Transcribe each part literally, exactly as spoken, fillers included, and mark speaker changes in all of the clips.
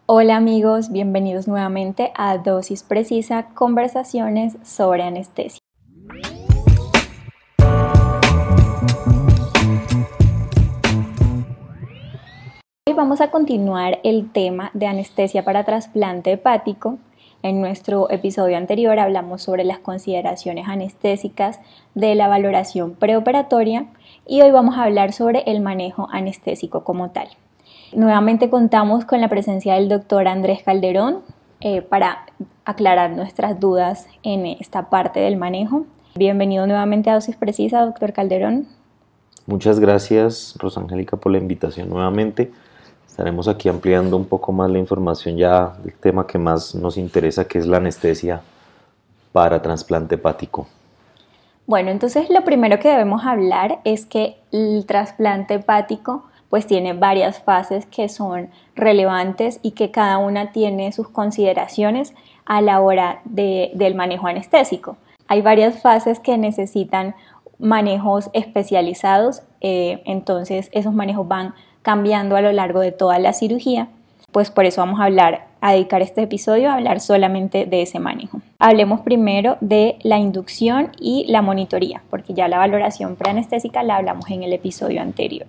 Speaker 1: Hola amigos, bienvenidos nuevamente a Dosis Precisa, conversaciones sobre anestesia. Hoy vamos a continuar el tema de anestesia para trasplante hepático. En nuestro episodio anterior hablamos sobre las consideraciones anestésicas de la valoración preoperatoria y hoy vamos a hablar sobre el manejo anestésico como tal. Nuevamente contamos con la presencia del doctor Andrés Calderón eh, para aclarar nuestras dudas en esta parte del manejo. Bienvenido nuevamente a Dosis Precisa, doctor Calderón.
Speaker 2: Muchas gracias, Rosangélica, por la invitación nuevamente. Estaremos aquí ampliando un poco más la información ya del tema que más nos interesa, que es la anestesia para trasplante hepático.
Speaker 1: Bueno, entonces lo primero que debemos hablar es que el trasplante hepático pues tiene varias fases que son relevantes y que cada una tiene sus consideraciones a la hora de, del manejo anestésico. Hay varias fases que necesitan manejos especializados, eh, entonces esos manejos van cambiando a lo largo de toda la cirugía, pues por eso vamos a hablar, a dedicar este episodio a hablar solamente de ese manejo. Hablemos primero de la inducción y la monitoría, porque ya la valoración preanestésica la hablamos en el episodio anterior.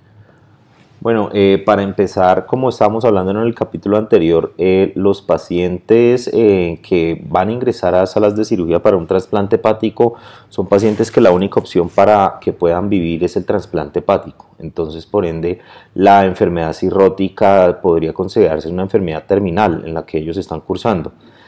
Speaker 2: Bueno, eh, para empezar, como estábamos hablando en el capítulo anterior, eh, los pacientes eh, que van a ingresar a salas de cirugía para un trasplante hepático son pacientes que la única opción para que puedan vivir es el trasplante hepático. Entonces, por ende, la enfermedad cirrótica podría considerarse una enfermedad terminal en la que ellos están cursando.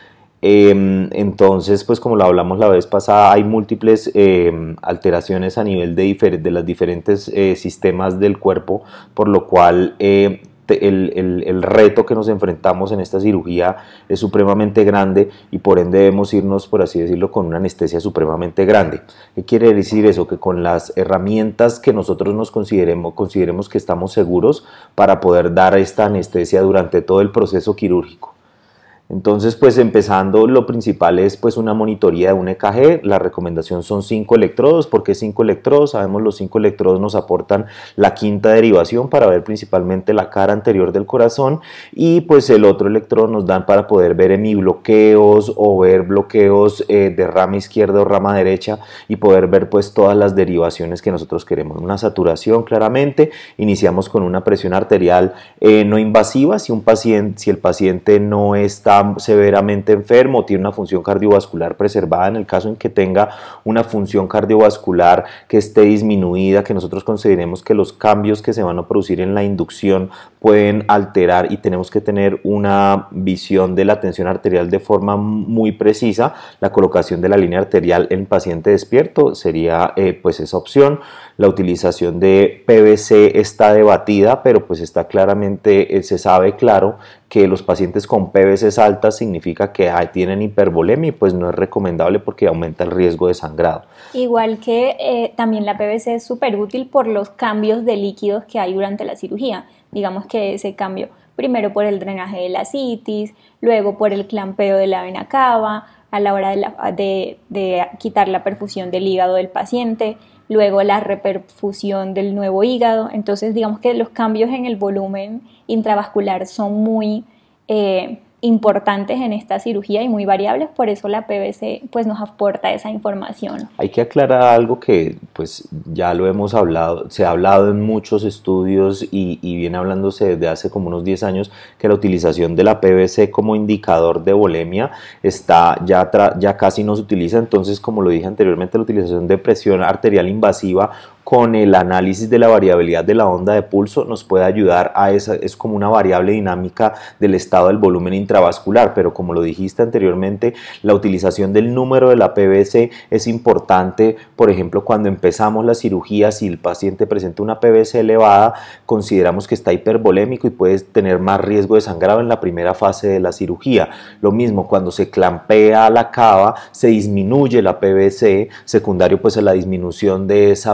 Speaker 2: Eh, entonces, pues como lo hablamos la vez pasada, hay múltiples eh, alteraciones a nivel de, difer- de los diferentes eh, sistemas del cuerpo, por lo cual eh, te, el, el, el reto que nos enfrentamos en esta cirugía es supremamente grande y por ende debemos irnos, por así decirlo, con una anestesia supremamente grande. ¿Qué quiere decir eso? Que con las herramientas que nosotros nos consideremos, consideremos que estamos seguros para poder dar esta anestesia durante todo el proceso quirúrgico. Entonces, pues empezando, lo principal es pues una monitoría de un E K G. La recomendación son cinco electrodos. ¿Por qué cinco electrodos? Sabemos los cinco electrodos nos aportan la quinta derivación para ver principalmente la cara anterior del corazón y pues el otro electrodo nos dan para poder ver hemibloqueos o ver bloqueos eh, de rama izquierda o rama derecha y poder ver pues todas las derivaciones que nosotros queremos. Una saturación claramente, iniciamos con una presión arterial eh, no invasiva. Si, un paciente, si el paciente no está severamente enfermo, tiene una función cardiovascular preservada, en el caso en que tenga una función cardiovascular que esté disminuida, que nosotros consideremos que los cambios que se van a producir en la inducción pueden alterar y tenemos que tener una visión de la tensión arterial de forma muy precisa, la colocación de la línea arterial en paciente despierto sería eh, pues esa opción. La utilización de P V C está debatida, pero pues está claramente, eh, se sabe claro que los pacientes con P V Cs altas significa que ay, tienen hipervolemia y pues no es recomendable porque aumenta el riesgo de sangrado.
Speaker 1: Igual que eh, también la P V C es súper útil por los cambios de líquidos que hay durante la cirugía. Digamos que ese cambio, primero por el drenaje de la citis, luego por el clampeo de la vena cava, a la hora de, la, de, de quitar la perfusión del hígado del paciente, luego la reperfusión del nuevo hígado. Entonces digamos que los cambios en el volumen intravascular son muy eh, importantes en esta cirugía y muy variables, por eso la P V C pues, nos aporta esa información.
Speaker 2: Hay que aclarar algo que pues ya lo hemos hablado, se ha hablado en muchos estudios y, y viene hablándose desde hace como unos diez años que la utilización de la P V C como indicador de volemia está ya, tra- ya casi no se utiliza. Entonces, como lo dije anteriormente, la utilización de presión arterial invasiva con el análisis de la variabilidad de la onda de pulso nos puede ayudar a esa, es como una variable dinámica del estado del volumen intravascular, pero como lo dijiste anteriormente, la utilización del número de la P V C es importante. Por ejemplo, cuando empezamos la cirugía, si el paciente presenta una P V C elevada, consideramos que está hipervolémico y puede tener más riesgo de sangrado en la primera fase de la cirugía. Lo mismo, cuando se clampea la cava, se disminuye la P V C, secundario pues a la disminución de esa precardia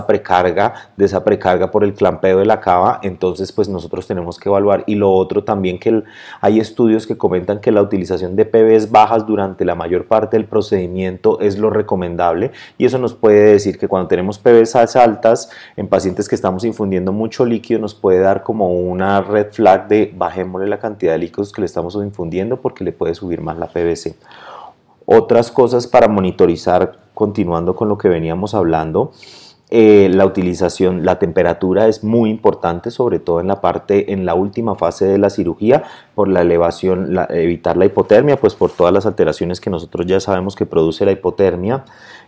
Speaker 2: precarga, de esa precarga por el clampeo de la cava, entonces pues nosotros tenemos que evaluar. Y lo otro también, que el, hay estudios que comentan que la utilización de P Vs bajas durante la mayor parte del procedimiento es lo recomendable, y eso nos puede decir que cuando tenemos P Vs altas en pacientes que estamos infundiendo mucho líquido, nos puede dar como una red flag de bajémosle la cantidad de líquidos que le estamos infundiendo porque le puede subir más la P V C. Otras cosas para monitorizar, continuando con lo que veníamos hablando, eh, la utilización, la temperatura es muy importante, sobre todo en la parte, en la última fase de la cirugía, por la elevación, la, evitar la hipotermia, pues por todas las alteraciones que nosotros ya sabemos que produce la hipotermia.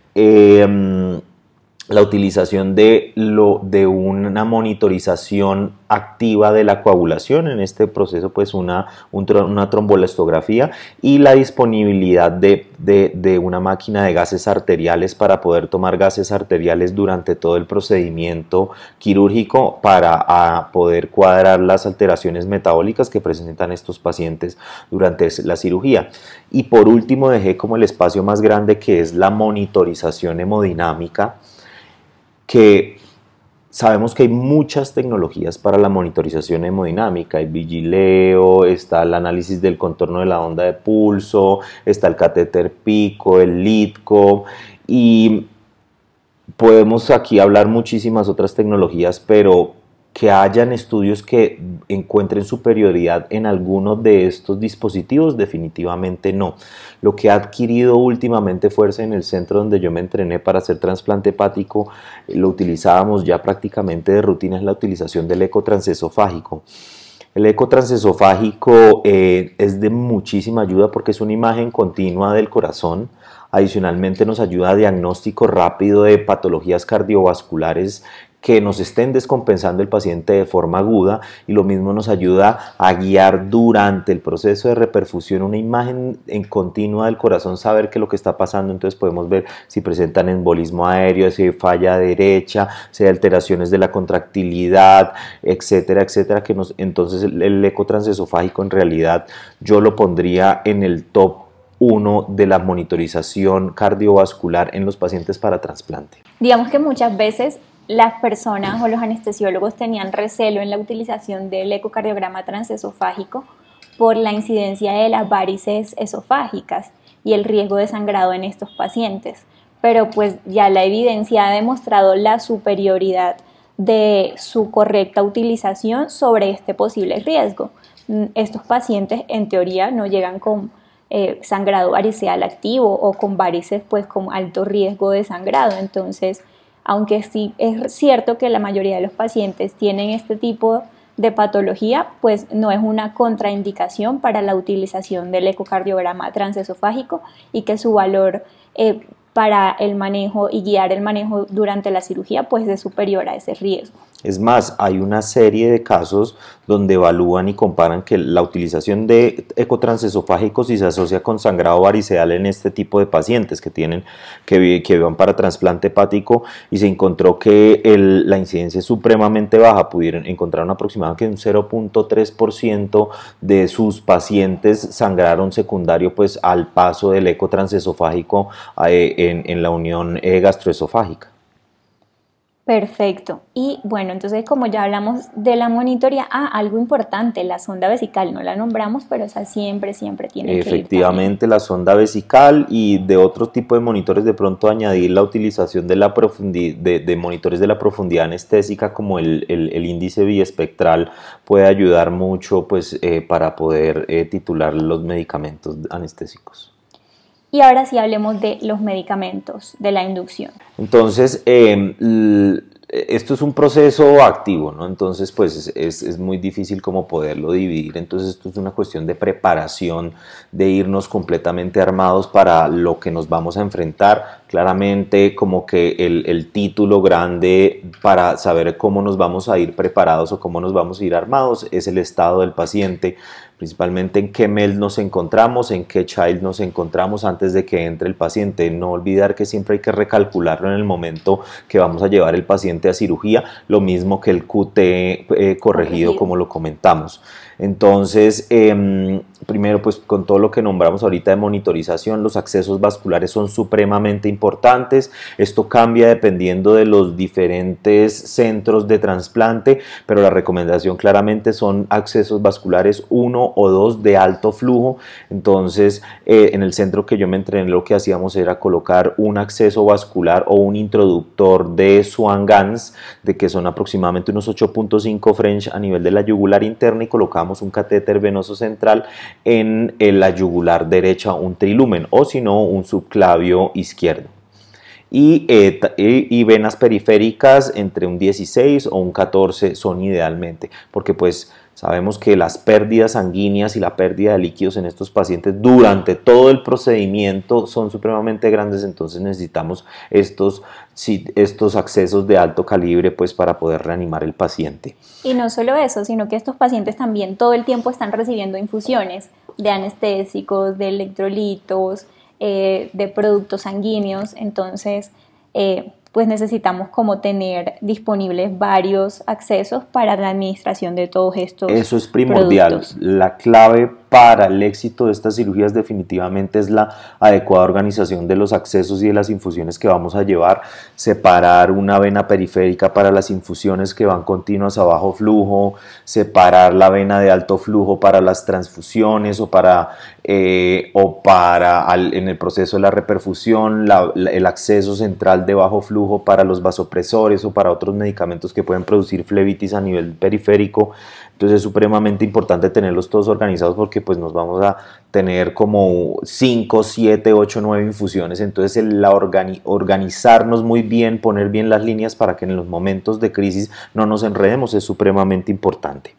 Speaker 2: Eh, la utilización de, lo, de una monitorización activa de la coagulación, en este proceso pues una, un, una trombolestografía, y la disponibilidad de, de, de una máquina de gases arteriales para poder tomar gases arteriales durante todo el procedimiento quirúrgico para a poder cuadrar las alteraciones metabólicas que presentan estos pacientes durante la cirugía. Y por último dejé como el espacio más grande, que es la monitorización hemodinámica, que sabemos que hay muchas tecnologías para la monitorización hemodinámica. Hay Vigileo, está el análisis del contorno de la onda de pulso, está el catéter Pico, el Litco, y podemos aquí hablar muchísimas otras tecnologías, pero que hayan estudios que encuentren superioridad en algunos de estos dispositivos, definitivamente no. Lo que ha adquirido últimamente fuerza en el centro donde yo me entrené para hacer trasplante hepático, lo utilizábamos ya prácticamente de rutina, es la utilización del eco transesofágico. El eco transesofágico eh, es de muchísima ayuda porque es una imagen continua del corazón. Adicionalmente nos ayuda a diagnóstico rápido de patologías cardiovasculares que nos estén descompensando el paciente de forma aguda, y lo mismo nos ayuda a guiar durante el proceso de reperfusión una imagen en continua del corazón, saber qué es lo que está pasando. Entonces podemos ver si presentan embolismo aéreo, si hay falla derecha, si hay alteraciones de la contractilidad, etcétera, etcétera. Que nos, entonces el, el eco transesofágico en realidad yo lo pondría en el top uno de la monitorización cardiovascular en los pacientes para trasplante.
Speaker 1: Digamos que muchas veces las personas o los anestesiólogos tenían recelo en la utilización del ecocardiograma transesofágico por la incidencia de las varices esofágicas y el riesgo de sangrado en estos pacientes, pero pues ya la evidencia ha demostrado la superioridad de su correcta utilización sobre este posible riesgo. Estos pacientes en teoría no llegan con eh, sangrado variceal activo o con varices pues con alto riesgo de sangrado. Entonces, aunque sí es cierto que la mayoría de los pacientes tienen este tipo de patología, pues no es una contraindicación para la utilización del ecocardiograma transesofágico, y que su valor eh, para el manejo y guiar el manejo durante la cirugía pues es superior a ese riesgo.
Speaker 2: Es más, hay una serie de casos donde evalúan y comparan que la utilización de ecotransesofágicos, si se asocia con sangrado variceal en este tipo de pacientes que tienen que, que van para trasplante hepático, y se encontró que el, la incidencia es supremamente baja. Pudieron encontrar aproximadamente un cero punto tres por ciento de sus pacientes sangraron secundario pues al paso del ecotransesofágico eh, en, en la unión eh, gastroesofágica.
Speaker 1: Perfecto. Y bueno, entonces como ya hablamos de la monitoría, ah, algo importante, la sonda vesical, no la nombramos, pero esa siempre, siempre tiene que ir también.
Speaker 2: Efectivamente, la sonda vesical, y de otro tipo de monitores de pronto añadir la utilización de, la profundi- de, de monitores de la profundidad anestésica, como el, el, el índice biespectral, puede ayudar mucho pues, eh, para poder eh, titular los medicamentos anestésicos.
Speaker 1: Y ahora sí hablemos de los medicamentos de la inducción.
Speaker 2: Entonces, eh, esto es un proceso activo, ¿no? Entonces, pues es, es muy difícil como poderlo dividir. Entonces, esto es una cuestión de preparación, de irnos completamente armados para lo que nos vamos a enfrentar. Claramente, como que el, el título grande para saber cómo nos vamos a ir preparados o cómo nos vamos a ir armados es el estado del paciente, principalmente en qué M E L nos encontramos, en qué child nos encontramos antes de que entre el paciente. No olvidar que siempre hay que recalcularlo en el momento que vamos a llevar el paciente a cirugía, lo mismo que el Q T eh, corregido, como lo comentamos. Entonces, eh, primero, pues con todo lo que nombramos ahorita de monitorización, los accesos vasculares son supremamente importantes. Esto cambia dependiendo de los diferentes centros de trasplante, pero la recomendación claramente son accesos vasculares uno o dos de alto flujo. Entonces, eh, en el centro que yo me entrené, lo que hacíamos era colocar un acceso vascular o un introductor de Swan-Ganz, de que son aproximadamente unos ocho punto cinco French a nivel de la yugular interna, y colocamos un catéter venoso central en la yugular derecha, un trilumen, o si no, un subclavio izquierdo. Y, eh, y venas periféricas entre un dieciséis o un catorce son idealmente, porque pues sabemos que las pérdidas sanguíneas y la pérdida de líquidos en estos pacientes durante todo el procedimiento son supremamente grandes, entonces necesitamos estos, estos accesos de alto calibre pues para poder reanimar el paciente.
Speaker 1: Y no solo eso, sino que estos pacientes también todo el tiempo están recibiendo infusiones de anestésicos, de electrolitos, eh, de productos sanguíneos, entonces eh, pues necesitamos como tener disponibles varios accesos para la administración de todos estos productos.
Speaker 2: Eso es primordial. Productos. La clave para el éxito de estas cirugías definitivamente es la adecuada organización de los accesos y de las infusiones que vamos a llevar, separar una vena periférica para las infusiones que van continuas a bajo flujo, separar la vena de alto flujo para las transfusiones o para, eh, o para al, en el proceso de la reperfusión, la, la, el acceso central de bajo flujo para los vasopresores o para otros medicamentos que pueden producir flebitis a nivel periférico. Entonces es supremamente importante tenerlos todos organizados, porque pues nos vamos a tener como cinco, siete, ocho, nueve infusiones. Entonces el, la organi organizarnos muy bien, poner bien las líneas para que en los momentos de crisis no nos enredemos es supremamente importante.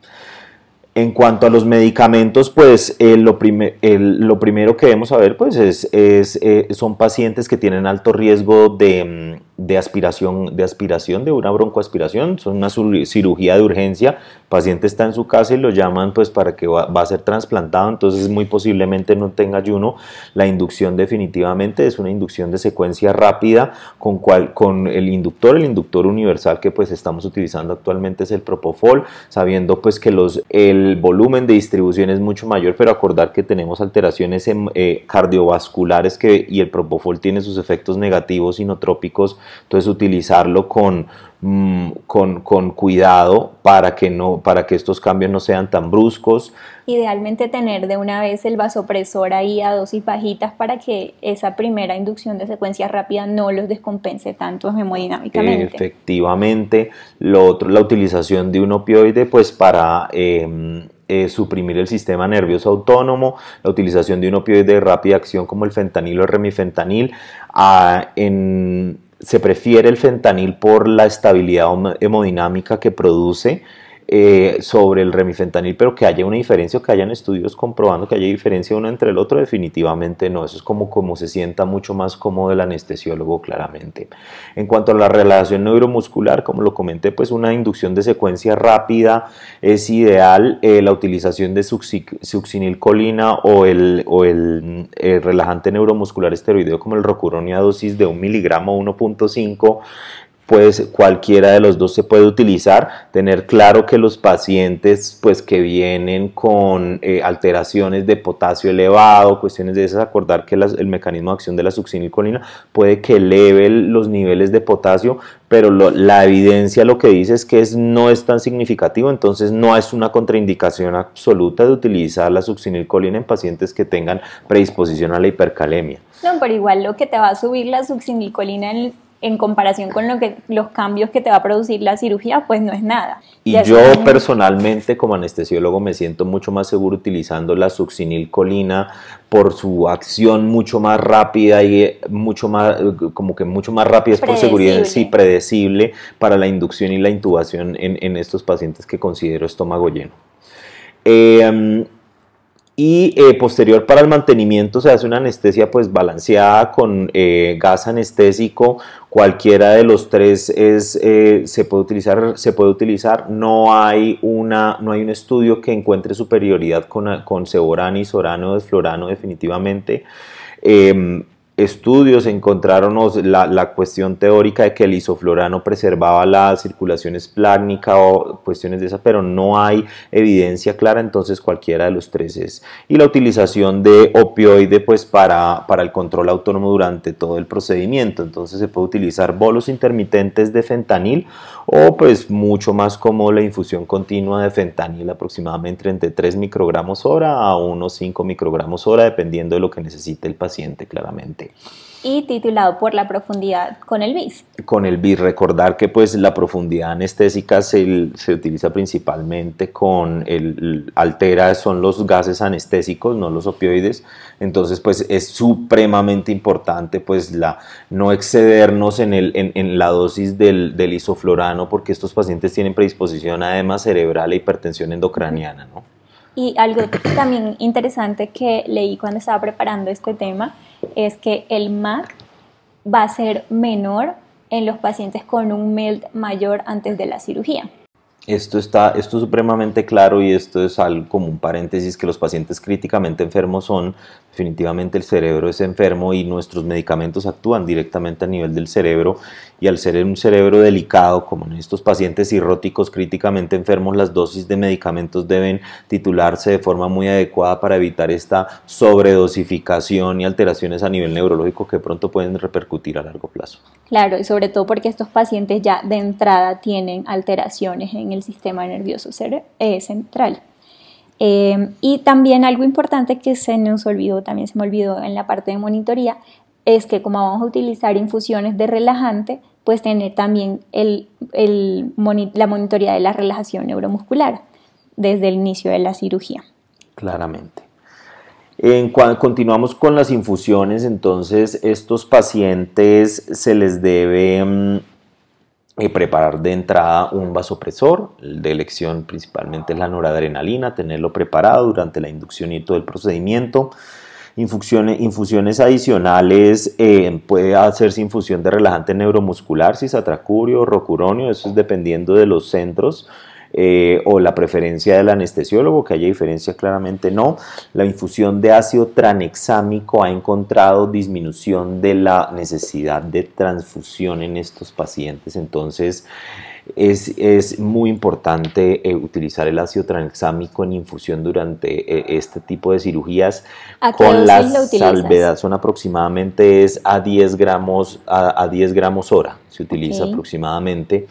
Speaker 2: En cuanto a los medicamentos, pues eh, lo, prime el, lo primero que debemos saber pues, es, es, eh, son pacientes que tienen alto riesgo de, de, aspiración, de aspiración, de una broncoaspiración, son una cirugía de urgencia. El paciente está en su casa y lo llaman pues, para que va, va a ser trasplantado, entonces muy posiblemente no tenga ayuno. La inducción definitivamente es una inducción de secuencia rápida con, cual, con el inductor, el inductor universal que pues, estamos utilizando actualmente es el Propofol, sabiendo pues, que los... El, El volumen de distribución es mucho mayor, pero acordar que tenemos alteraciones eh, cardiovasculares que, y el Propofol tiene sus efectos negativos inotrópicos, entonces utilizarlo con, mmm, con, con cuidado para que, no, para que estos cambios no sean tan bruscos.
Speaker 1: Idealmente tener de una vez el vasopresor ahí a dosis bajitas para que esa primera inducción de secuencia rápida no los descompense tanto hemodinámicamente.
Speaker 2: Efectivamente, lo otro, la utilización de un opioide pues para eh, eh, suprimir el sistema nervioso autónomo, la utilización de un opioide de rápida acción como el fentanil o el remifentanil. Ah, en, se prefiere el fentanil por la estabilidad hemodinámica que produce Eh, sobre el remifentanil, pero que haya una diferencia o que hayan estudios comprobando que haya diferencia uno entre el otro, definitivamente no. Eso es como, como se sienta mucho más cómodo el anestesiólogo, claramente. En cuanto a la relación neuromuscular, como lo comenté, pues una inducción de secuencia rápida es ideal. Eh, la utilización de succinilcolina o el, o el eh, relajante neuromuscular esteroideo como el rocuronium a dosis de un miligramo uno punto cinco, pues cualquiera de los dos se puede utilizar. Tener claro que los pacientes pues que vienen con eh, alteraciones de potasio elevado, cuestiones de esas, acordar que las, el mecanismo de acción de la succinilcolina puede que eleve los niveles de potasio, pero lo, la evidencia lo que dice es que es, no es tan significativo, entonces no es una contraindicación absoluta de utilizar la succinilcolina en pacientes que tengan predisposición a la hipercalemia.
Speaker 1: No, pero igual lo que te va a subir la succinilcolina en en comparación con lo que, los cambios que te va a producir la cirugía, pues no es nada.
Speaker 2: Y
Speaker 1: ya
Speaker 2: yo
Speaker 1: son...
Speaker 2: personalmente como anestesiólogo me siento mucho más seguro utilizando la succinilcolina por su acción mucho más rápida y mucho más, como que mucho más rápida, es por seguridad, sí, predecible para la inducción y la intubación en, en estos pacientes que considero estómago lleno. Eh, Y eh, posterior para el mantenimiento se hace una anestesia pues balanceada con eh, gas anestésico. Cualquiera de los tres es, eh, se puede utilizar, se puede utilizar. No hay, una, no hay un estudio que encuentre superioridad con, con Ceborán, Isorano, Desflorano definitivamente. Eh, estudios encontraron la, la cuestión teórica de que el isoflorano preservaba la circulación esplácnica o cuestiones de esas, pero no hay evidencia clara, entonces cualquiera de los tres es. Y la utilización de opioide pues para, para el control autónomo durante todo el procedimiento, entonces se puede utilizar bolos intermitentes de fentanil o pues mucho más como la infusión continua de fentanil, aproximadamente entre tres microgramos hora a unos cinco microgramos hora, dependiendo de lo que necesite el paciente claramente.
Speaker 1: Y titulado por la profundidad con el B I S.
Speaker 2: Con el B I S, recordar que pues la profundidad anestésica se, se utiliza principalmente con el altera, son los gases anestésicos, no los opioides, entonces pues es supremamente importante pues la, no excedernos en, el, en, en la dosis del, del isoflorano, porque estos pacientes tienen predisposición a edema cerebral e hipertensión endocraniana, ¿no?
Speaker 1: Y algo también interesante que leí cuando estaba preparando este tema es que el M A C va a ser menor en los pacientes con un M E L T mayor antes de la cirugía.
Speaker 2: Esto está esto es supremamente claro y esto es algo como un paréntesis, que los pacientes críticamente enfermos son, definitivamente el cerebro es enfermo y nuestros medicamentos actúan directamente a nivel del cerebro, y al ser un cerebro delicado como en estos pacientes cirróticos críticamente enfermos, las dosis de medicamentos deben titularse de forma muy adecuada para evitar esta sobredosificación y alteraciones a nivel neurológico que pronto pueden repercutir a largo plazo.
Speaker 1: Claro, y sobre todo porque estos pacientes ya de entrada tienen alteraciones en el sistema nervioso eh, central. Eh, y también algo importante que se nos olvidó, también se me olvidó en la parte de monitoría, es que como vamos a utilizar infusiones de relajante, pues tener también el, el, la monitoría de la relajación neuromuscular desde el inicio de la cirugía.
Speaker 2: Claramente. En cuando continuamos con las infusiones, entonces estos pacientes se les debe um, eh, preparar de entrada un vasopresor, de elección principalmente es la noradrenalina, tenerlo preparado durante la inducción y todo el procedimiento. Infusiones, infusiones adicionales, eh, puede hacerse infusión de relajante neuromuscular, cisatracurio, rocuronio, eso es dependiendo de los centros. Eh, o la preferencia del anestesiólogo, que haya diferencia claramente no. La infusión de ácido tranexámico ha encontrado disminución de la necesidad de transfusión en estos pacientes, entonces es, es muy importante eh, utilizar el ácido tranexámico en infusión durante eh, este tipo de cirugías.
Speaker 1: ¿A qué
Speaker 2: con la
Speaker 1: dosis lo
Speaker 2: salvedad, son aproximadamente es a diez gramos, a, a diez gramos hora, se utiliza
Speaker 1: okay.
Speaker 2: aproximadamente.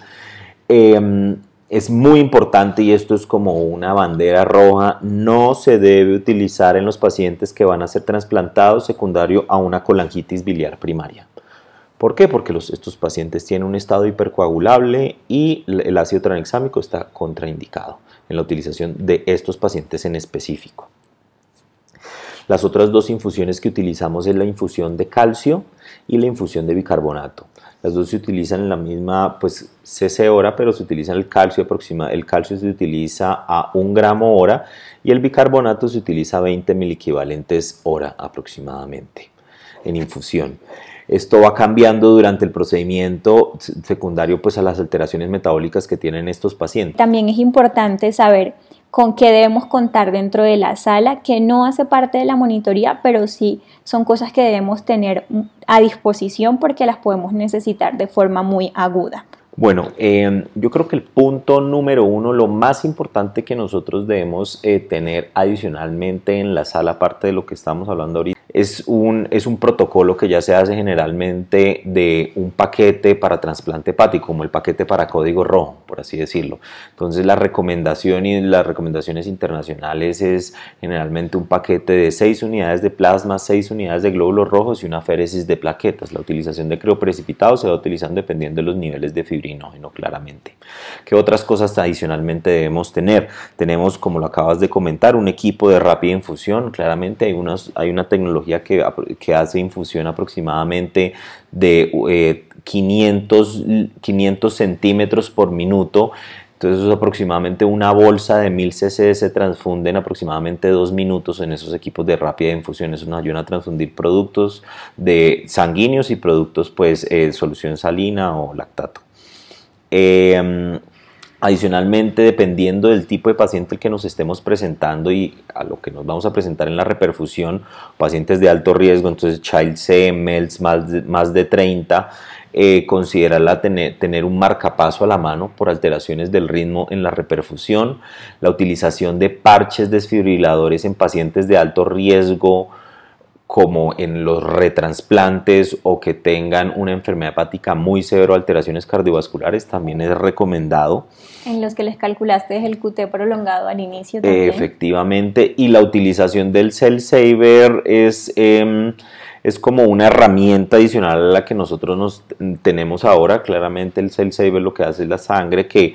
Speaker 2: Eh, Es muy importante, y esto es como una bandera roja, no se debe utilizar en los pacientes que van a ser trasplantados secundario a una colangitis biliar primaria. ¿Por qué? Porque los, estos pacientes tienen un estado hipercoagulable y el ácido tranexámico está contraindicado en la utilización de estos pacientes en específico. Las otras dos infusiones que utilizamos es la infusión de calcio y la infusión de bicarbonato. Las dos se utilizan en la misma, pues, cc hora, pero se utiliza el calcio aproxima, el calcio se utiliza a un gramo hora y el bicarbonato se utiliza a veinte miliequivalentes hora aproximadamente en infusión. Esto va cambiando durante el procedimiento secundario pues a las alteraciones metabólicas que tienen estos pacientes.
Speaker 1: También es importante saber con qué debemos contar dentro de la sala, que no hace parte de la monitoría, pero sí son cosas que debemos tener a disposición porque las podemos necesitar de forma muy aguda.
Speaker 2: Bueno, eh, yo creo que el punto número uno, lo más importante que nosotros debemos eh, tener adicionalmente en la sala, aparte de lo que estamos hablando ahorita, es un, es un protocolo que ya se hace generalmente de un paquete para trasplante hepático, como el paquete para código rojo, por así decirlo. Entonces la recomendación y las recomendaciones internacionales es generalmente un paquete de seis unidades de plasma, seis unidades de glóbulos rojos y una féresis de plaquetas. La utilización de crioprecipitado se va utilizando dependiendo de los niveles de fibrinógeno, claramente. ¿Qué otras cosas adicionalmente debemos tener? Tenemos, como lo acabas de comentar, un equipo de rápida infusión. Claramente hay, unas, hay una tecnología Que, que hace infusión aproximadamente de eh, quinientos, quinientos centímetros por minuto. Entonces eso es aproximadamente una bolsa de mil cc, se transfunde en aproximadamente dos minutos en esos equipos de rápida infusión. Eso nos ayuda a transfundir productos de sanguíneos y productos pues eh, solución salina o lactato. Eh, Adicionalmente, dependiendo del tipo de paciente al que nos estemos presentando y a lo que nos vamos a presentar en la reperfusión, pacientes de alto riesgo, entonces Child C, M E L S más de, más de treinta, eh, considerarla tener, tener un marcapaso a la mano por alteraciones del ritmo en la reperfusión, la utilización de parches desfibriladores en pacientes de alto riesgo, como en los retransplantes o que tengan una enfermedad hepática muy severa o alteraciones cardiovasculares, también es recomendado.
Speaker 1: En los que les calculaste el Q T prolongado al inicio también.
Speaker 2: Efectivamente, y la utilización del Cell Saver es, eh, es como una herramienta adicional a la que nosotros nos tenemos ahora. Claramente el Cell Saver lo que hace es la sangre que,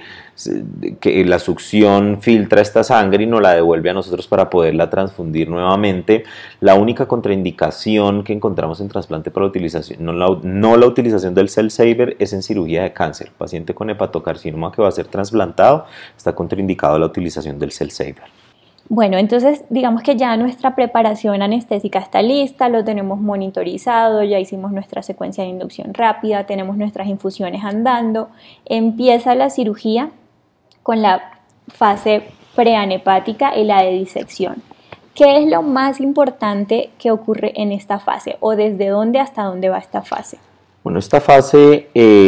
Speaker 2: que la succión filtra esta sangre y nos la devuelve a nosotros para poderla transfundir nuevamente. La única contraindicación que encontramos en trasplante para la utilización, no la, no la utilización del Cell Saver, es en cirugía de cáncer. El paciente con hepatocarcinoma que va a ser trasplantado está contraindicado la utilización del Cell Saver.
Speaker 1: Bueno, entonces digamos que ya nuestra preparación anestésica está lista, lo tenemos monitorizado, ya hicimos nuestra secuencia de inducción rápida, tenemos nuestras infusiones andando, empieza la cirugía con la fase preanhepática y la de disección. ¿Qué es lo más importante que ocurre en esta fase o desde dónde hasta dónde va esta fase?
Speaker 2: Bueno, esta fase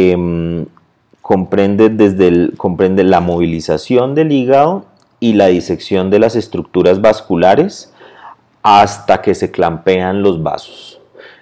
Speaker 2: eh, comprende, desde el, comprende la movilización del hígado y la disección de las estructuras vasculares hasta que se clampean los vasos.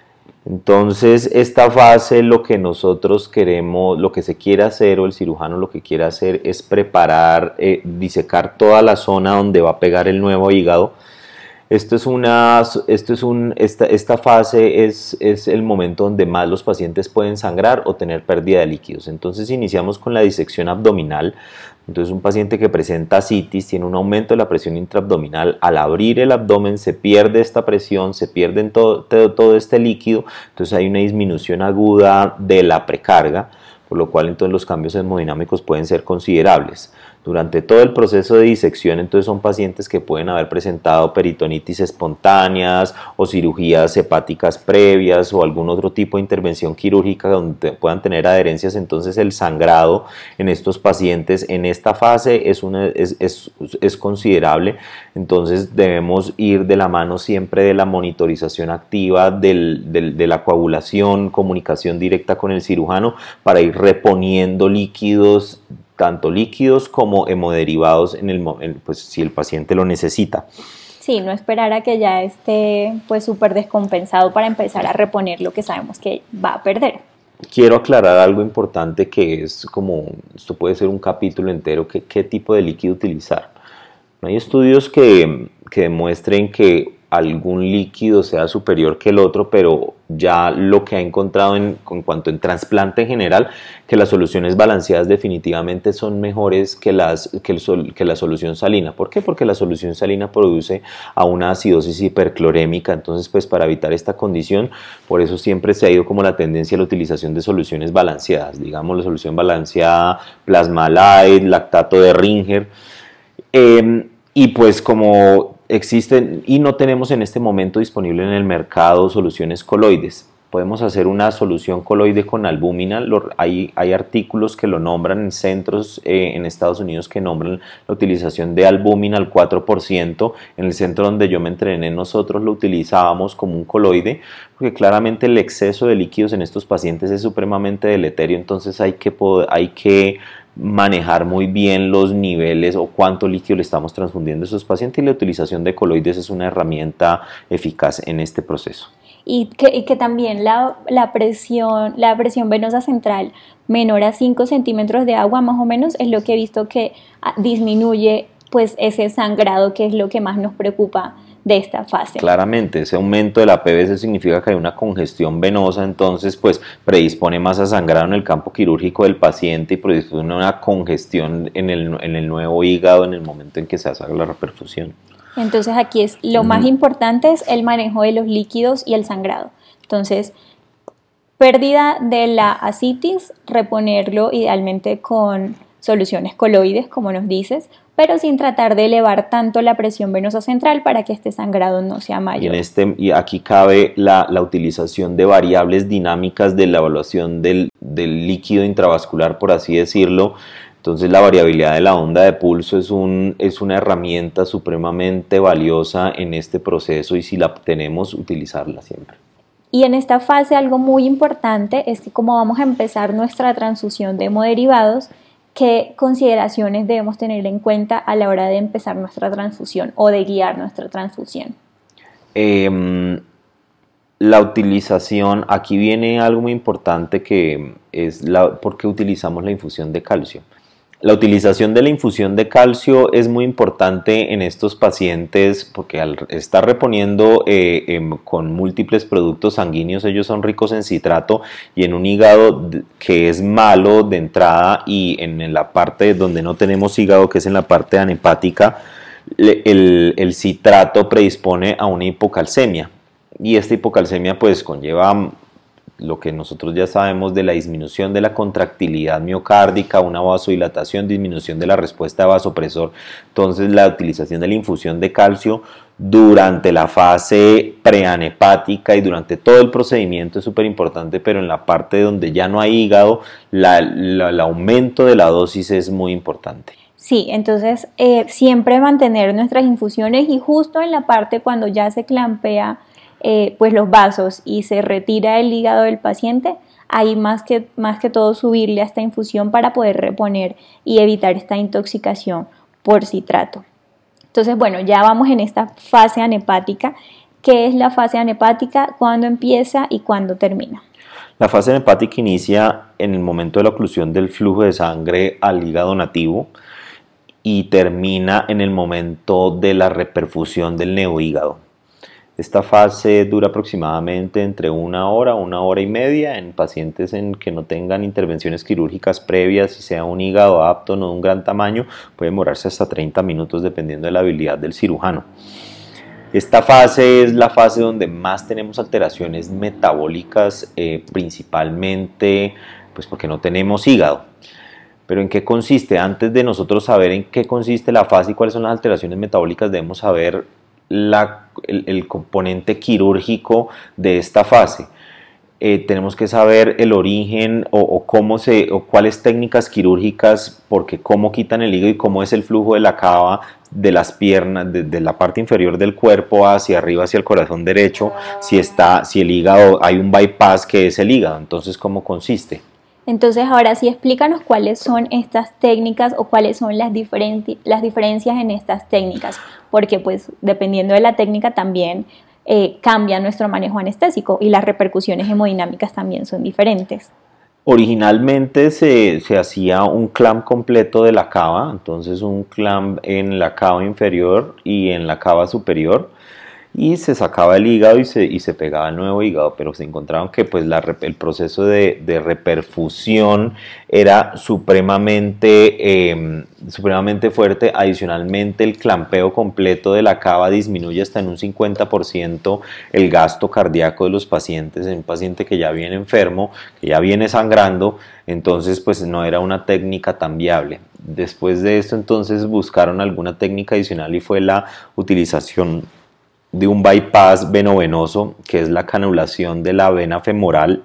Speaker 2: Entonces, esta fase, lo que nosotros queremos, lo que se quiere hacer o el cirujano lo que quiere hacer es preparar, eh, disecar toda la zona donde va a pegar el nuevo hígado. Esto es una, esto es un, esta, esta fase es, es el momento donde más los pacientes pueden sangrar o tener pérdida de líquidos. Entonces iniciamos con la disección abdominal. Entonces un paciente que presenta ascitis tiene un aumento de la presión intraabdominal. Al abrir el abdomen se pierde esta presión, se pierde todo, todo, todo este líquido. Entonces hay una disminución aguda de la precarga, por lo cual entonces los cambios hemodinámicos pueden ser considerables. Durante todo el proceso de disección, entonces son pacientes que pueden haber presentado peritonitis espontáneas o cirugías hepáticas previas o algún otro tipo de intervención quirúrgica donde puedan tener adherencias. Entonces el sangrado en estos pacientes en esta fase es, una, es, es, es considerable. Entonces debemos ir de la mano siempre de la monitorización activa, del, del, de la coagulación, comunicación directa con el cirujano para ir reponiendo líquidos, tanto líquidos como hemoderivados en el, en, pues, si el paciente lo necesita.
Speaker 1: Sí, no esperar a que ya esté pues súper descompensado para empezar a reponer lo que sabemos que va a perder.
Speaker 2: Quiero aclarar algo importante que es como, esto puede ser un capítulo entero, que qué tipo de líquido utilizar. No hay estudios que, que demuestren que algún líquido sea superior que el otro, pero ya lo que ha encontrado en, en cuanto en trasplante en general, que las soluciones balanceadas definitivamente son mejores que, las, que, el sol, que la solución salina. ¿Por qué? Porque la solución salina produce a una acidosis hiperclorémica. Entonces, pues para evitar esta condición, por eso siempre se ha ido como la tendencia a la utilización de soluciones balanceadas, digamos la solución balanceada, Plasma-Lite, lactato de Ringer, eh, y pues como existen y no tenemos en este momento disponible en el mercado soluciones coloides. Podemos hacer una solución coloide con albúmina. Lo, hay, hay artículos que lo nombran en centros eh, en Estados Unidos que nombran la utilización de albúmina al cuatro por ciento. En el centro donde yo me entrené nosotros lo utilizábamos como un coloide porque claramente el exceso de líquidos en estos pacientes es supremamente deleterio. Entonces hay que, poder, hay que manejar muy bien los niveles o cuánto líquido le estamos transfundiendo a esos pacientes y la utilización de coloides es una herramienta eficaz en este proceso.
Speaker 1: Y que, y que también la, la, presión, la presión venosa central menor a cinco centímetros de agua más o menos es lo que he visto que disminuye pues ese sangrado que es lo que más nos preocupa de esta fase.
Speaker 2: Claramente, ese aumento de la P V C significa que hay una congestión venosa, entonces pues predispone más a sangrado en el campo quirúrgico del paciente y predispone a una congestión en el, en el nuevo hígado en el momento en que se hace la reperfusión.
Speaker 1: Entonces aquí es lo más importante es el manejo de los líquidos y el sangrado. Entonces, pérdida de la ascitis, reponerlo idealmente con soluciones coloides, como nos dices, pero sin tratar de elevar tanto la presión venosa central para que este sangrado no sea mayor.
Speaker 2: Y, en este, y aquí cabe la, la utilización de variables dinámicas de la evaluación del, del líquido intravascular, por así decirlo. Entonces la variabilidad de la onda de pulso es, un, es una herramienta supremamente valiosa en este proceso y si la tenemos, utilizarla siempre.
Speaker 1: Y en esta fase algo muy importante es que como vamos a empezar nuestra transfusión de hemoderivados, ¿qué consideraciones debemos tener en cuenta a la hora de empezar nuestra transfusión o de guiar nuestra transfusión?
Speaker 2: Eh, la utilización, aquí viene algo muy importante que es la, por qué utilizamos la infusión de calcio. La utilización de la infusión de calcio es muy importante en estos pacientes porque al estar reponiendo eh, eh, con múltiples productos sanguíneos, ellos son ricos en citrato y en un hígado que es malo de entrada y en la parte donde no tenemos hígado, que es en la parte anhepática, el, el citrato predispone a una hipocalcemia y esta hipocalcemia pues conlleva lo que nosotros ya sabemos de la disminución de la contractilidad miocárdica, una vasodilatación, disminución de la respuesta de vasopresor. Entonces la utilización de la infusión de calcio durante la fase preanhepática y durante todo el procedimiento es súper importante, pero en la parte donde ya no hay hígado, la, la, el aumento de la dosis es muy importante.
Speaker 1: Sí, entonces eh, siempre mantener nuestras infusiones y justo en la parte cuando ya se clampea Eh, pues los vasos y se retira el hígado del paciente, ahí más que, más que todo subirle a esta infusión para poder reponer y evitar esta intoxicación por citrato. Entonces, bueno, ya vamos en esta fase anhepática. ¿Qué es la fase anhepática? ¿Cuándo empieza y cuándo termina?
Speaker 2: La fase anhepática inicia en el momento de la oclusión del flujo de sangre al hígado nativo y termina en el momento de la reperfusión del neohígado. Esta fase dura aproximadamente entre una hora, una hora y media en pacientes en que no tengan intervenciones quirúrgicas previas y sea un hígado apto, no de un gran tamaño, puede demorarse hasta treinta minutos dependiendo de la habilidad del cirujano. Esta fase es la fase donde más tenemos alteraciones metabólicas, eh, principalmente pues porque no tenemos hígado. Pero ¿en qué consiste? Antes de nosotros saber en qué consiste la fase y cuáles son las alteraciones metabólicas, debemos saber La, el, el componente quirúrgico de esta fase. Eh, tenemos que saber el origen o, o cómo se o cuáles técnicas quirúrgicas, porque cómo quitan el hígado y cómo es el flujo de la cava de las piernas, de, de la parte inferior del cuerpo hacia arriba, hacia el corazón derecho, si está, si el hígado, hay un bypass que es el hígado, entonces ¿cómo consiste?
Speaker 1: Entonces ahora sí explícanos cuáles son estas técnicas o cuáles son las, diferenti- las diferencias en estas técnicas, porque pues dependiendo de la técnica también eh, cambia nuestro manejo anestésico y las repercusiones hemodinámicas también son diferentes.
Speaker 2: Originalmente se, se hacía un clamp completo de la cava, entonces un clamp en la cava inferior y en la cava superior, y se sacaba el hígado y se, y se pegaba el nuevo hígado, pero se encontraron que pues, la, el proceso de, de reperfusión era supremamente, eh, supremamente fuerte. Adicionalmente, el clampeo completo de la cava disminuye hasta en un cincuenta por ciento el gasto cardíaco de los pacientes, en un paciente que ya viene enfermo, que ya viene sangrando, entonces pues no era una técnica tan viable. Después de esto entonces buscaron alguna técnica adicional y fue la utilización de un bypass venovenoso, que es la canulación de la vena femoral,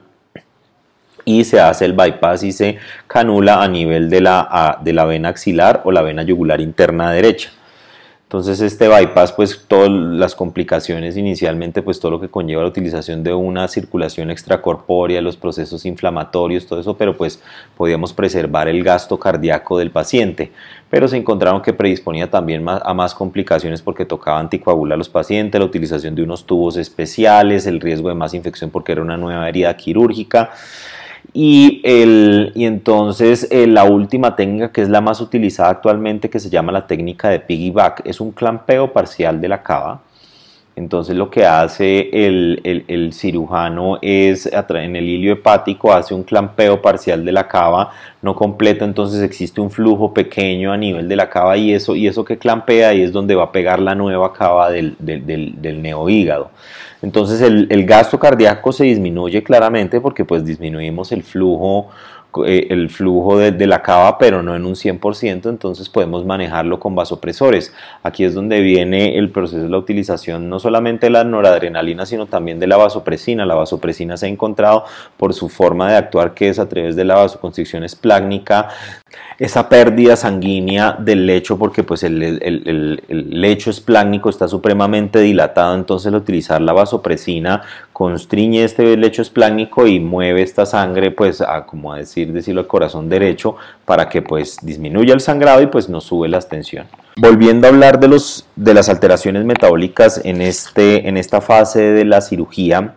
Speaker 2: y se hace el bypass y se canula a nivel de la, a, de la vena axilar o la vena yugular interna derecha. Entonces este bypass, pues todas las complicaciones inicialmente, pues todo lo que conlleva la utilización de una circulación extracorpórea, los procesos inflamatorios, todo eso, pero pues podíamos preservar el gasto cardíaco del paciente. Pero se encontraron que predisponía también más, a más complicaciones porque tocaba anticoagular a los pacientes, la utilización de unos tubos especiales, el riesgo de más infección porque era una nueva herida quirúrgica. Y, el, y entonces eh, la última técnica, que es la más utilizada actualmente, que se llama la técnica de piggyback, es un clampeo parcial de la cava. Entonces lo que hace el, el, el cirujano es, en el hilio hepático, hace un clampeo parcial de la cava, no completo, entonces existe un flujo pequeño a nivel de la cava y eso, y eso que clampea ahí es donde va a pegar la nueva cava del, del, del, del neohígado. Entonces el, el gasto cardíaco se disminuye claramente porque pues disminuimos el flujo eh, el flujo de, de la cava, pero no en un cien por ciento, entonces podemos manejarlo con vasopresores. Aquí es donde viene el proceso de la utilización no solamente de la noradrenalina, sino también de la vasopresina. La vasopresina se ha encontrado por su forma de actuar, que es a través de la vasoconstricción esplácnica, esa pérdida sanguínea del lecho, porque pues el, el, el, el lecho esplácnico está supremamente dilatado, entonces al utilizar la vasopresina constriñe este lecho esplácnico y mueve esta sangre, pues a, como a decir, decirlo al corazón derecho, para que pues disminuya el sangrado y pues no sube la tensión. Volviendo a hablar de, los, de las alteraciones metabólicas en, este, en esta fase de la cirugía,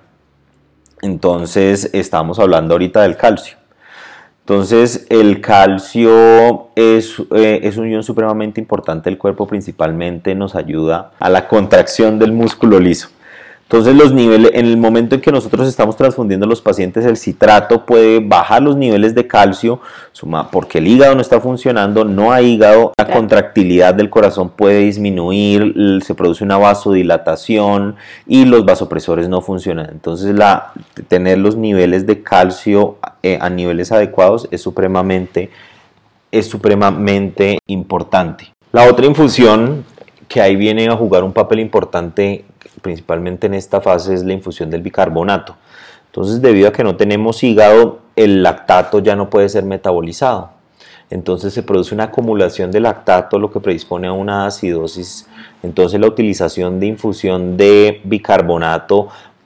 Speaker 2: entonces estamos hablando ahorita del calcio. Entonces el calcio es, eh, es un ion supremamente importante del cuerpo, principalmente nos ayuda a la contracción del músculo liso. Entonces los niveles, en el momento en que nosotros estamos transfundiendo a los pacientes, el citrato puede bajar los niveles de calcio, porque el hígado no está funcionando, no hay hígado, la contractilidad del corazón puede disminuir, se produce una vasodilatación y los vasopresores no funcionan. Entonces la, tener los niveles de calcio eh, a niveles adecuados es supremamente, es supremamente importante. La otra infusión que ahí viene a jugar un papel importante principalmente en esta fase es la infusión del bicarbonato. Entonces, debido a que no tenemos hígado, el lactato ya no puede ser metabolizado. Entonces se produce una acumulación de lactato, lo que predispone a una acidosis. Entonces la utilización de infusión de bicarbonato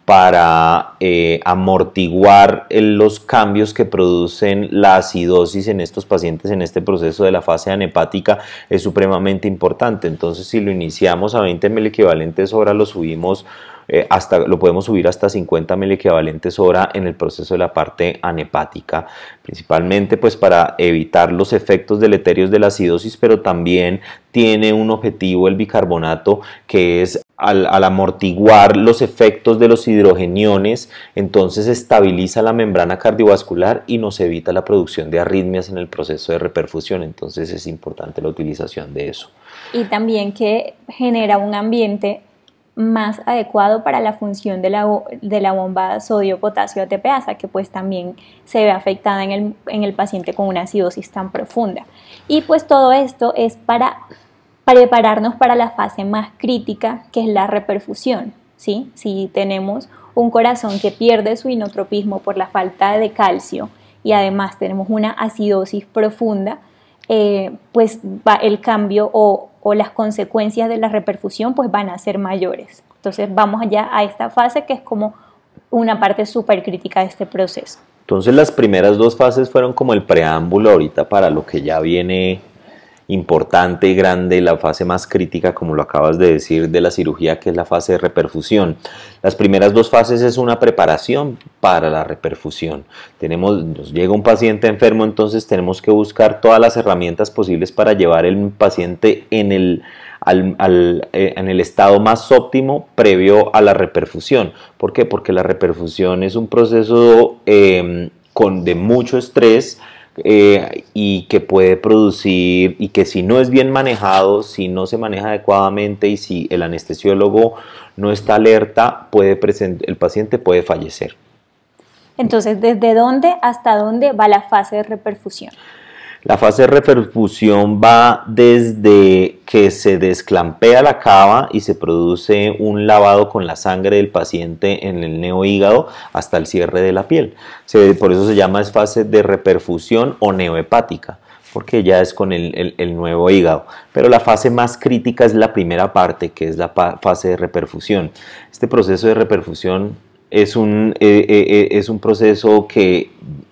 Speaker 2: para eh, amortiguar el, los cambios que producen la acidosis en estos pacientes en este proceso de la fase anhepática es supremamente importante. Entonces, si lo iniciamos a veinte miliequivalentes hora, lo subimos eh, hasta, lo podemos subir hasta cincuenta miliequivalentes hora en el proceso de la parte anhepática, principalmente pues para evitar los efectos deleterios de la acidosis, pero también tiene un objetivo el bicarbonato, que es Al, al amortiguar los efectos de los hidrogeniones, entonces estabiliza la membrana cardiovascular y nos evita la producción de arritmias en el proceso de reperfusión. Entonces es importante la utilización de eso.
Speaker 1: Y también que genera un ambiente más adecuado para la función de la, de la bomba sodio-potasio A T Pasa, que pues también se ve afectada en el, en el paciente con una acidosis tan profunda. Y pues todo esto es para prepararnos para la fase más crítica, que es la reperfusión, ¿sí? Si tenemos un corazón que pierde su inotropismo por la falta de calcio y además tenemos una acidosis profunda, eh, pues va el cambio o, o las consecuencias de la reperfusión pues van a ser mayores. Entonces vamos allá a esta fase, que es como una parte súper crítica de este proceso.
Speaker 2: Entonces las primeras dos fases fueron como el preámbulo ahorita para lo que ya viene importante y grande, la fase más crítica, como lo acabas de decir, de la cirugía, que es la fase de reperfusión. Las primeras dos fases es una preparación para la reperfusión. Tenemos, nos llega un paciente enfermo, entonces tenemos que buscar todas las herramientas posibles para llevar el paciente en el, al, al, eh, en el estado más óptimo previo a la reperfusión. ¿Por qué? Porque la reperfusión es un proceso eh, con, de mucho estrés, Eh, y que puede producir, y que si no es bien manejado, si no se maneja adecuadamente y si el anestesiólogo no está alerta, puede el paciente puede fallecer.
Speaker 1: Entonces, ¿desde dónde hasta dónde va la fase de reperfusión?
Speaker 2: La fase de reperfusión va desde que se desclampea la cava y se produce un lavado con la sangre del paciente en el neohígado hasta el cierre de la piel. Se, por eso se llama fase de reperfusión o neohepática, porque ya es con el, el, el nuevo hígado. Pero la fase más crítica es la primera parte, que es la fase de reperfusión. Este proceso de reperfusión es un, eh, eh, es un proceso que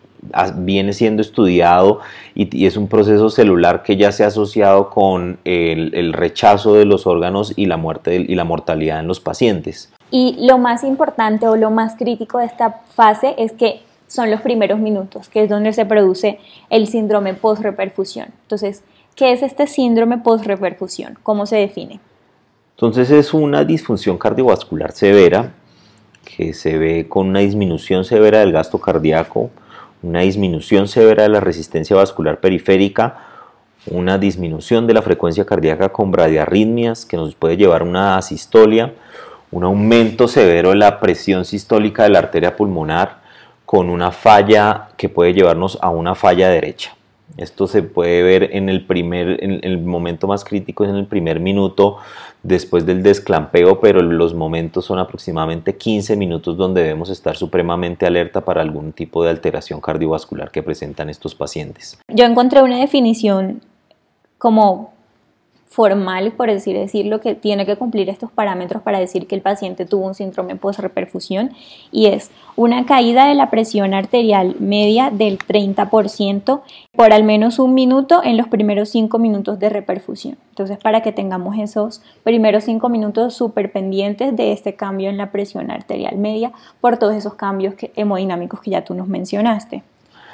Speaker 2: viene siendo estudiado y, y es un proceso celular que ya se ha asociado con el, el rechazo de los órganos y la muerte de, y la mortalidad en los pacientes.
Speaker 1: Y lo más importante o lo más crítico de esta fase es que son los primeros minutos, que es donde se produce el síndrome post-reperfusión. Entonces, ¿qué es este síndrome post-reperfusión? ¿Cómo se define?
Speaker 2: Entonces es una disfunción cardiovascular severa que se ve con una disminución severa del gasto cardíaco, una disminución severa de la resistencia vascular periférica, una disminución de la frecuencia cardíaca con bradiarritmias que nos puede llevar a una asistolia, un aumento severo de la presión sistólica de la arteria pulmonar, con una falla que puede llevarnos a una falla derecha. Esto se puede ver en el primer, en el momento más crítico, en el primer minuto después del desclampeo, pero los momentos son aproximadamente quince minutos donde debemos estar supremamente alerta para algún tipo de alteración cardiovascular que presentan estos pacientes.
Speaker 1: Yo encontré una definición como formal, por decir decirlo, que tiene que cumplir estos parámetros para decir que el paciente tuvo un síndrome post-reperfusión, y es una caída de la presión arterial media del treinta por ciento por al menos un minuto en los primeros cinco minutos de reperfusión. Entonces, para que tengamos esos primeros cinco minutos súper pendientes de este cambio en la presión arterial media por todos esos cambios que, hemodinámicos que ya tú nos mencionaste.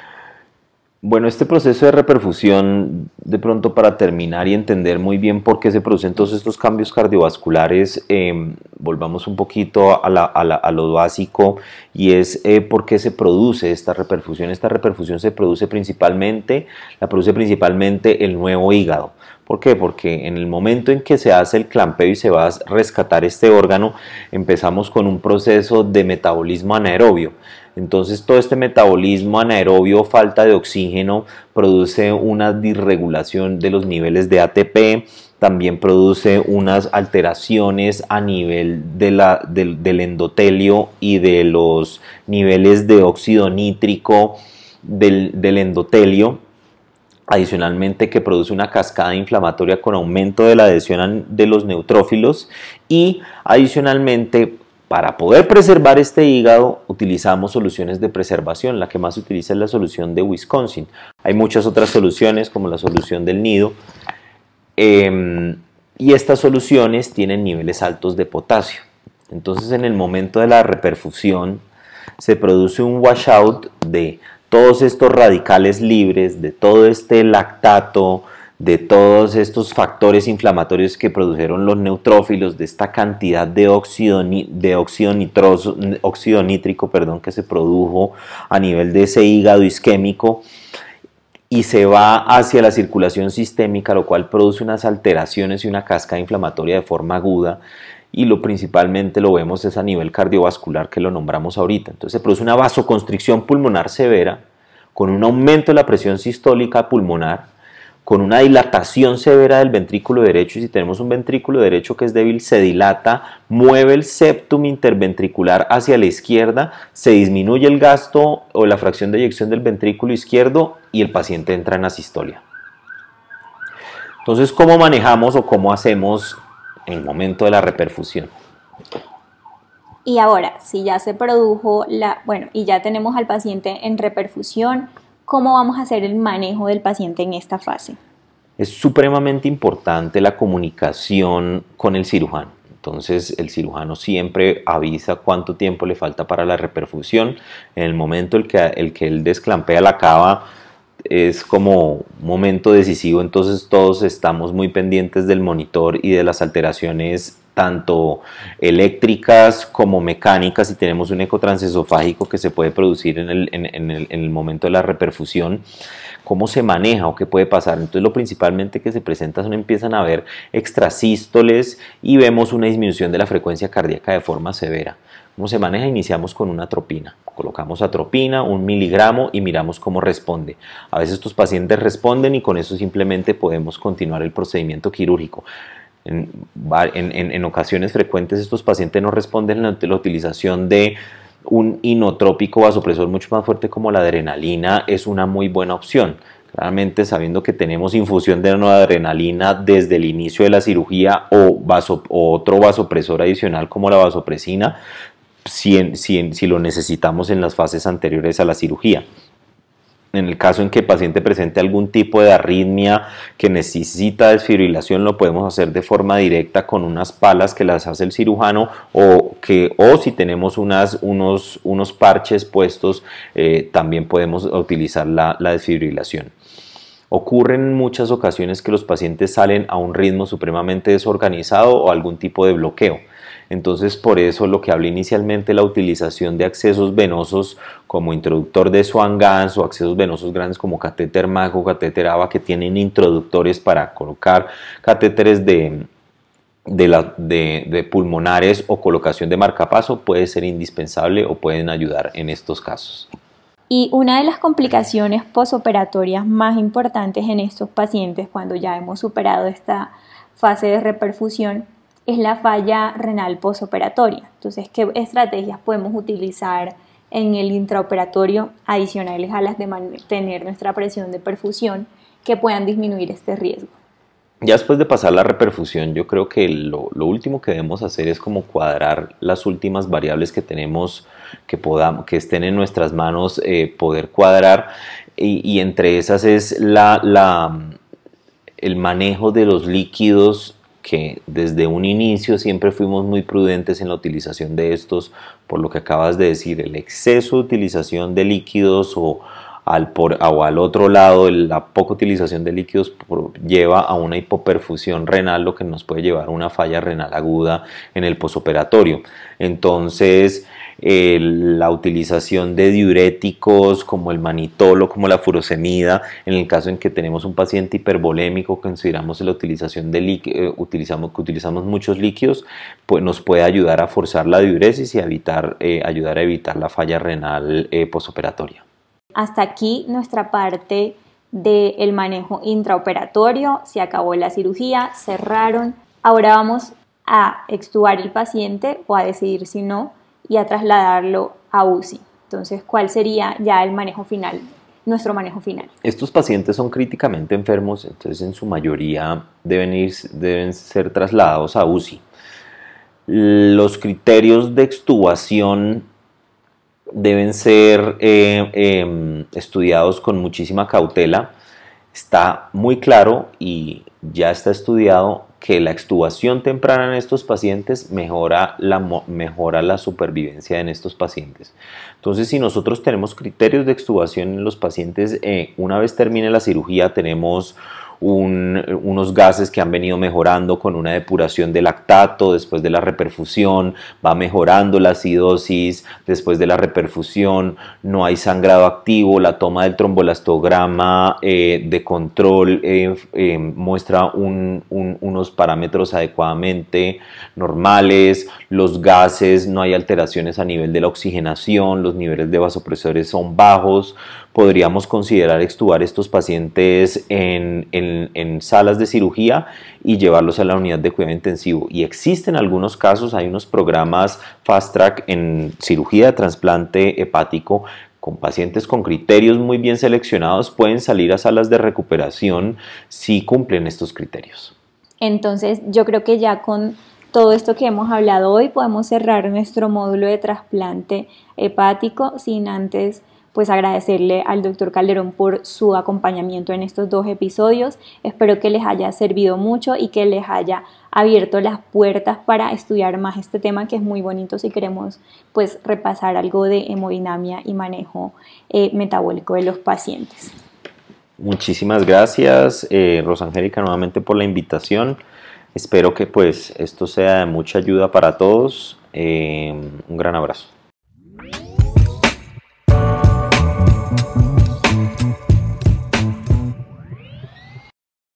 Speaker 2: Bueno, este proceso de reperfusión, de pronto para terminar y entender muy bien por qué se producen todos estos cambios cardiovasculares, eh, volvamos un poquito a, la, a, la, a lo básico, y es eh, por qué se produce esta reperfusión. Esta reperfusión se produce principalmente, la produce principalmente el nuevo hígado. ¿Por qué? Porque en el momento en que se hace el clampeo y se va a rescatar este órgano, empezamos con un proceso de metabolismo anaerobio. Entonces todo este metabolismo anaerobio, falta de oxígeno, produce una disregulación de los niveles de A T P, también produce unas alteraciones a nivel de la, del, del endotelio y de los niveles de óxido nítrico del, del endotelio. Adicionalmente, que produce una cascada inflamatoria con aumento de la adhesión de los neutrófilos, y adicionalmente, para poder preservar este hígado, utilizamos soluciones de preservación. La que más se utiliza es la solución de Wisconsin. Hay muchas otras soluciones, como la solución del nido, eh, y estas soluciones tienen niveles altos de potasio. Entonces, en el momento de la reperfusión, se produce un washout de todos estos radicales libres, de todo este lactato, de todos estos factores inflamatorios que produjeron los neutrófilos, de esta cantidad de óxido, de óxido, nitroso, óxido nítrico perdón, que se produjo a nivel de ese hígado isquémico, y se va hacia la circulación sistémica, lo cual produce unas alteraciones y una cascada inflamatoria de forma aguda, y lo principalmente lo vemos es a nivel cardiovascular, que lo nombramos ahorita. Entonces se produce una vasoconstricción pulmonar severa, con un aumento de la presión sistólica pulmonar, con una dilatación severa del ventrículo derecho, y si tenemos un ventrículo derecho que es débil, se dilata, mueve el septum interventricular hacia la izquierda, se disminuye el gasto o la fracción de eyección del ventrículo izquierdo, y el paciente entra en asistolia. Entonces, ¿cómo manejamos o cómo hacemos en el momento de la reperfusión?
Speaker 1: Y ahora, si ya se produjo la, bueno, y ya tenemos al paciente en reperfusión, ¿cómo vamos a hacer el manejo del paciente en esta fase?
Speaker 2: Es supremamente importante la comunicación con el cirujano. Entonces, el cirujano siempre avisa cuánto tiempo le falta para la reperfusión. En el momento en el que, el que él desclampea la cava, es como un momento decisivo, entonces todos estamos muy pendientes del monitor y de las alteraciones tanto eléctricas como mecánicas, y tenemos un eco transesofágico que se puede producir en el, en, en el, en el momento de la reperfusión. ¿Cómo se maneja o qué puede pasar? Entonces, lo principalmente que se presenta son, empiezan a haber extrasístoles y vemos una disminución de la frecuencia cardíaca de forma severa. ¿Cómo se maneja? Iniciamos con una atropina. Colocamos atropina, un miligramo, y miramos cómo responde. A veces estos pacientes responden y con eso simplemente podemos continuar el procedimiento quirúrgico. En, en, en ocasiones frecuentes estos pacientes no responden a la utilización de un inotrópico vasopresor mucho más fuerte como la adrenalina. Es una muy buena opción. Claramente, sabiendo que tenemos infusión de noradrenalina desde el inicio de la cirugía, o, vaso, o otro vasopresor adicional como la vasopresina, si, si, si lo necesitamos en las fases anteriores a la cirugía. En el caso en que el paciente presente algún tipo de arritmia que necesita desfibrilación, lo podemos hacer de forma directa con unas palas que las hace el cirujano, o, que, o si tenemos unas, unos, unos parches puestos, eh, también podemos utilizar la, la desfibrilación. Ocurre en muchas ocasiones que los pacientes salen a un ritmo supremamente desorganizado o algún tipo de bloqueo. Entonces, por eso lo que hablé inicialmente, la utilización de accesos venosos como introductor de Swan-Ganz, o accesos venosos grandes como catéter M A C o catéter A V A, que tienen introductores para colocar catéteres de, de, la, de, de pulmonares o colocación de marcapaso, puede ser indispensable o pueden ayudar en estos casos.
Speaker 1: Y una de las complicaciones posoperatorias más importantes en estos pacientes cuando ya hemos superado esta fase de reperfusión es la falla renal posoperatoria. Entonces, ¿qué estrategias podemos utilizar en el intraoperatorio adicionales a las de mantener nuestra presión de perfusión que puedan disminuir este riesgo?
Speaker 2: Ya después de pasar la reperfusión, yo creo que lo, lo último que debemos hacer es como cuadrar las últimas variables que tenemos, que, podamos, que estén en nuestras manos, eh, poder cuadrar, y, y entre esas es la, la, el manejo de los líquidos, que desde un inicio siempre fuimos muy prudentes en la utilización de estos, por lo que acabas de decir, el exceso de utilización de líquidos o Al, por, o al otro lado, la poca utilización de líquidos por, lleva a una hipoperfusión renal, lo que nos puede llevar a una falla renal aguda en el posoperatorio. Entonces, eh, la utilización de diuréticos como el manitol o como la furosemida, en el caso en que tenemos un paciente hipervolémico, consideramos la utilización de líquidos, eh, utilizamos, que utilizamos muchos líquidos, pues nos puede ayudar a forzar la diuresis y a evitar, eh, ayudar a evitar la falla renal eh, posoperatoria.
Speaker 1: Hasta aquí nuestra parte del manejo intraoperatorio, se acabó la cirugía, cerraron. Ahora vamos a extubar el paciente o a decidir si no y a trasladarlo a U C I. Entonces, ¿cuál sería ya el manejo final, nuestro manejo final?
Speaker 2: Estos pacientes son críticamente enfermos, entonces en su mayoría deben, ir, deben ser trasladados a U C I. Los criterios de extubación deben ser eh, eh, estudiados con muchísima cautela. Está muy claro y ya está estudiado que la extubación temprana en estos pacientes mejora la, mejora la supervivencia en estos pacientes. Entonces, si nosotros tenemos criterios de extubación en los pacientes, eh, una vez termine la cirugía tenemos Un, unos gases que han venido mejorando con una depuración de lactato después de la reperfusión, va mejorando la acidosis después de la reperfusión, no hay sangrado activo, la toma del trombolastograma eh, de control eh, eh, muestra un, un, unos parámetros adecuadamente normales, los gases, no hay alteraciones a nivel de la oxigenación, los niveles de vasopresores son bajos. Podríamos considerar extubar estos pacientes en, en, en salas de cirugía y llevarlos a la unidad de cuidado intensivo. Y existen algunos casos, hay unos programas Fast Track en cirugía de trasplante hepático con pacientes con criterios muy bien seleccionados, pueden salir a salas de recuperación si cumplen estos criterios.
Speaker 1: Entonces, yo creo que ya con todo esto que hemos hablado hoy podemos cerrar nuestro módulo de trasplante hepático sin antes pues agradecerle al doctor Calderón por su acompañamiento en estos dos episodios. Espero que les haya servido mucho y que les haya abierto las puertas para estudiar más este tema, que es muy bonito si queremos pues repasar algo de hemodinamia y manejo eh, metabólico de los pacientes.
Speaker 2: Muchísimas gracias, eh, Rosangélica, nuevamente por la invitación. Espero que pues esto sea de mucha ayuda para todos. Eh, un gran abrazo.